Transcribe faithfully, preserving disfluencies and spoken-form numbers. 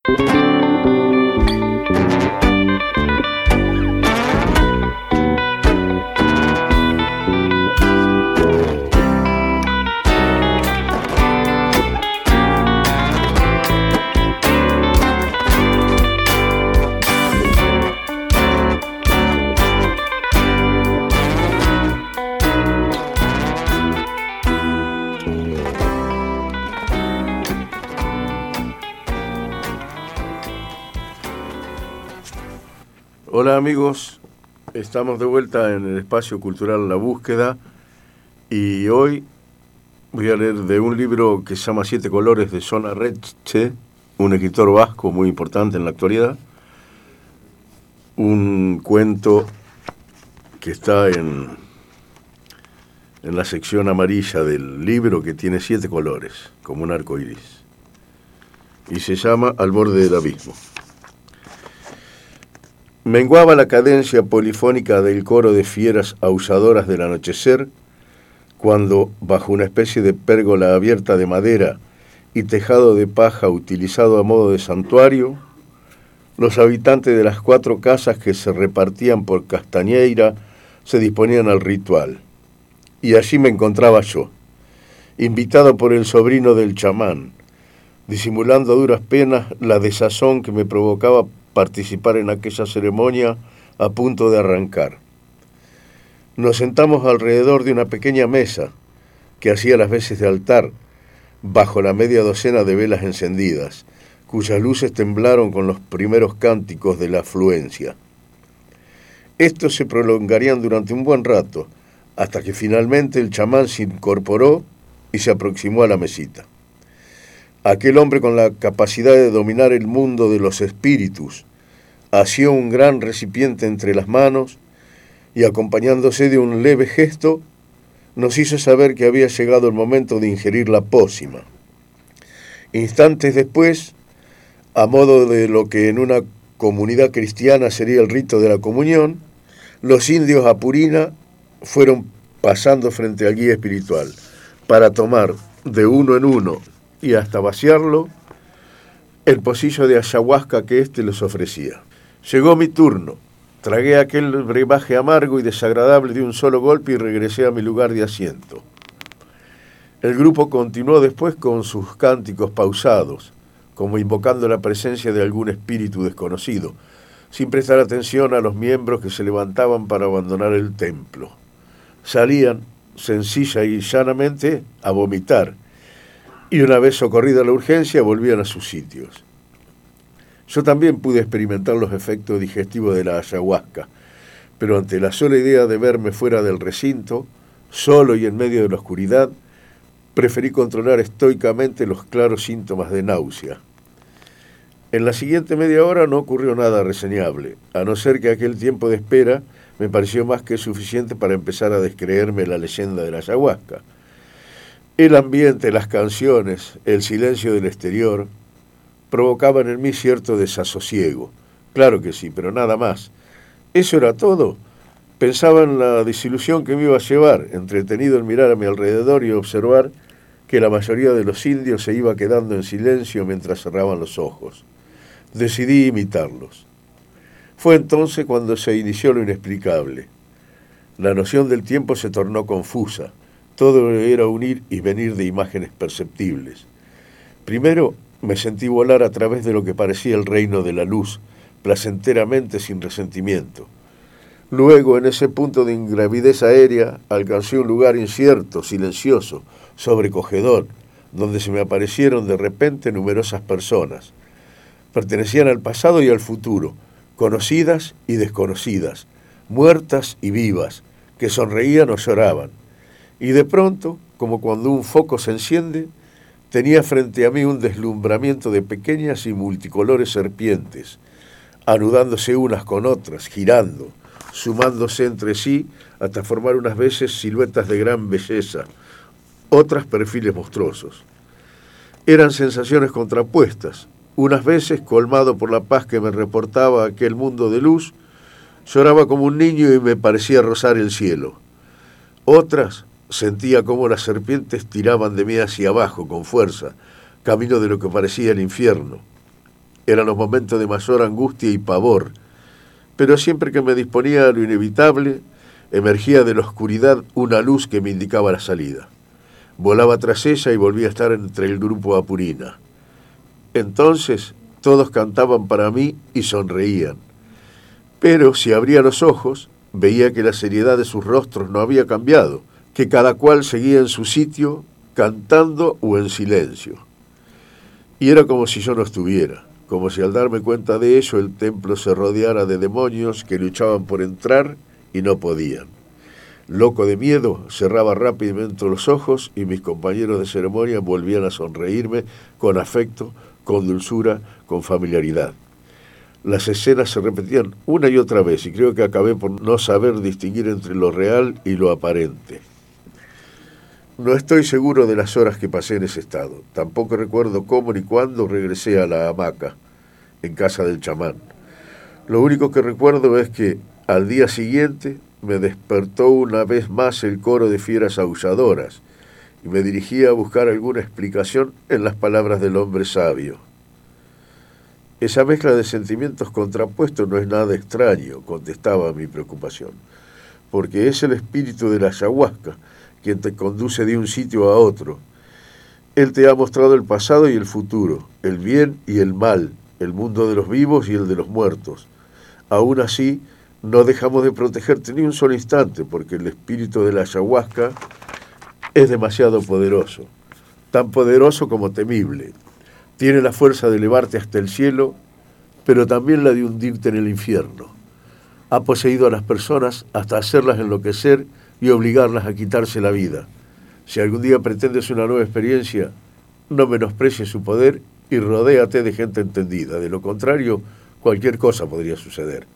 Hola amigos, estamos de vuelta en el espacio cultural La Búsqueda y hoy voy a leer de un libro que se llama Siete Colores de Jon Arretxe, un escritor vasco muy importante en la actualidad, un cuento que está en, en la sección amarilla del libro, que tiene siete colores, como un arco iris, y se llama Al borde del abismo. Menguaba la cadencia polifónica del coro de fieras aulladoras del anochecer, cuando, bajo una especie de pérgola abierta de madera y tejado de paja utilizado a modo de santuario, los habitantes de las cuatro casas que se repartían por Castañeira se disponían al ritual. Y allí me encontraba yo, invitado por el sobrino del chamán, disimulando a duras penas la desazón que me provocaba participar en aquella ceremonia a punto de arrancar. Nos sentamos alrededor de una pequeña mesa que hacía las veces de altar, bajo la media docena de velas encendidas, cuyas luces temblaron con los primeros cánticos de la afluencia. Estos se prolongarían durante un buen rato, hasta que finalmente el chamán se incorporó y se aproximó a la mesita. Aquel hombre con la capacidad de dominar el mundo de los espíritus asió un gran recipiente entre las manos y, acompañándose de un leve gesto, nos hizo saber que había llegado el momento de ingerir la pócima. Instantes después, a modo de lo que en una comunidad cristiana sería el rito de la comunión, los indios Apurina fueron pasando frente al guía espiritual para tomar de uno en uno y hasta vaciarlo el pocillo de ayahuasca que éste les ofrecía. Llegó mi turno, tragué aquel brebaje amargo y desagradable de un solo golpe y regresé a mi lugar de asiento. El grupo continuó después con sus cánticos pausados, como invocando la presencia de algún espíritu desconocido, sin prestar atención a los miembros que se levantaban para abandonar el templo. Salían, sencilla y llanamente, a vomitar, y una vez socorrida la urgencia, volvían a sus sitios. Yo también pude experimentar los efectos digestivos de la ayahuasca, pero ante la sola idea de verme fuera del recinto, solo y en medio de la oscuridad, preferí controlar estoicamente los claros síntomas de náusea. En la siguiente media hora no ocurrió nada reseñable, a no ser que aquel tiempo de espera me pareció más que suficiente para empezar a descreerme la leyenda de la ayahuasca. El ambiente, las canciones, el silencio del exterior provocaban en mí cierto desasosiego. Claro que sí, pero nada más. ¿Eso era todo? Pensaba en la desilusión que me iba a llevar, entretenido en mirar a mi alrededor y observar que la mayoría de los indios se iba quedando en silencio mientras cerraban los ojos. Decidí imitarlos. Fue entonces cuando se inició lo inexplicable. La noción del tiempo se tornó confusa. Todo era un ir y venir de imágenes perceptibles. Primero me sentí volar a través de lo que parecía el reino de la luz, placenteramente sin resentimiento. Luego, en ese punto de ingravidez aérea, alcancé un lugar incierto, silencioso, sobrecogedor, donde se me aparecieron de repente numerosas personas. Pertenecían al pasado y al futuro, conocidas y desconocidas, muertas y vivas, que sonreían o lloraban. Y de pronto, como cuando un foco se enciende, tenía frente a mí un deslumbramiento de pequeñas y multicolores serpientes, anudándose unas con otras, girando, sumándose entre sí hasta formar unas veces siluetas de gran belleza, otras perfiles monstruosos. Eran sensaciones contrapuestas. Unas veces, colmado por la paz que me reportaba aquel mundo de luz, lloraba como un niño y me parecía rozar el cielo. Otras, sentía cómo las serpientes tiraban de mí hacia abajo con fuerza, camino de lo que parecía el infierno. Eran los momentos de mayor angustia y pavor, pero siempre que me disponía a lo inevitable, emergía de la oscuridad una luz que me indicaba la salida. Volaba tras ella y volvía a estar entre el grupo Apurina. Entonces todos cantaban para mí y sonreían. Pero si abría los ojos, veía que la seriedad de sus rostros no había cambiado, que cada cual seguía en su sitio, cantando o en silencio. Y era como si yo no estuviera, como si al darme cuenta de ello el templo se rodeara de demonios que luchaban por entrar y no podían. Loco de miedo, cerraba rápidamente los ojos y mis compañeros de ceremonia volvían a sonreírme con afecto, con dulzura, con familiaridad. Las escenas se repetían una y otra vez y creo que acabé por no saber distinguir entre lo real y lo aparente. No estoy seguro de las horas que pasé en ese estado. Tampoco recuerdo cómo ni cuándo regresé a la hamaca, en casa del chamán. Lo único que recuerdo es que al día siguiente me despertó una vez más el coro de fieras aulladoras y me dirigí a buscar alguna explicación en las palabras del hombre sabio. Esa mezcla de sentimientos contrapuestos no es nada extraño, contestaba mi preocupación, porque es el espíritu de la ayahuasca quien te conduce de un sitio a otro. Él te ha mostrado el pasado y el futuro, el bien y el mal, el mundo de los vivos y el de los muertos. Aún así, no dejamos de protegerte ni un solo instante, porque el espíritu de la ayahuasca es demasiado poderoso, tan poderoso como temible. Tiene la fuerza de elevarte hasta el cielo, pero también la de hundirte en el infierno. Ha poseído a las personas hasta hacerlas enloquecer y obligarlas a quitarse la vida. Si algún día pretendes una nueva experiencia, no menosprecies su poder y rodéate de gente entendida. De lo contrario, cualquier cosa podría suceder.